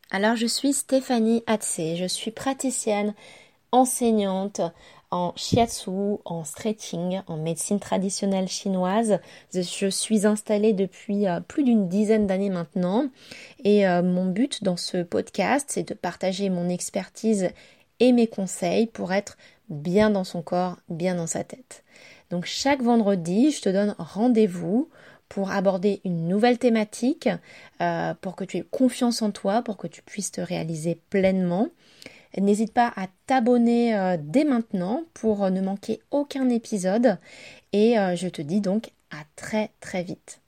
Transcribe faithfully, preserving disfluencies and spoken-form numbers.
Alors, je suis Stéphanie Hatsé, je suis praticienne, enseignante en shiatsu, en stretching, en médecine traditionnelle chinoise. Je suis installée depuis euh, plus d'une dizaine d'années maintenant et euh, mon but dans ce podcast, c'est de partager mon expertise et mes conseils pour être bien dans son corps, bien dans sa tête. Donc chaque vendredi, je te donne rendez-vous pour aborder une nouvelle thématique, euh, pour que tu aies confiance en toi, pour que tu puisses te réaliser pleinement. N'hésite pas à t'abonner euh, dès maintenant pour euh, ne manquer aucun épisode et euh, je te dis donc à très très vite.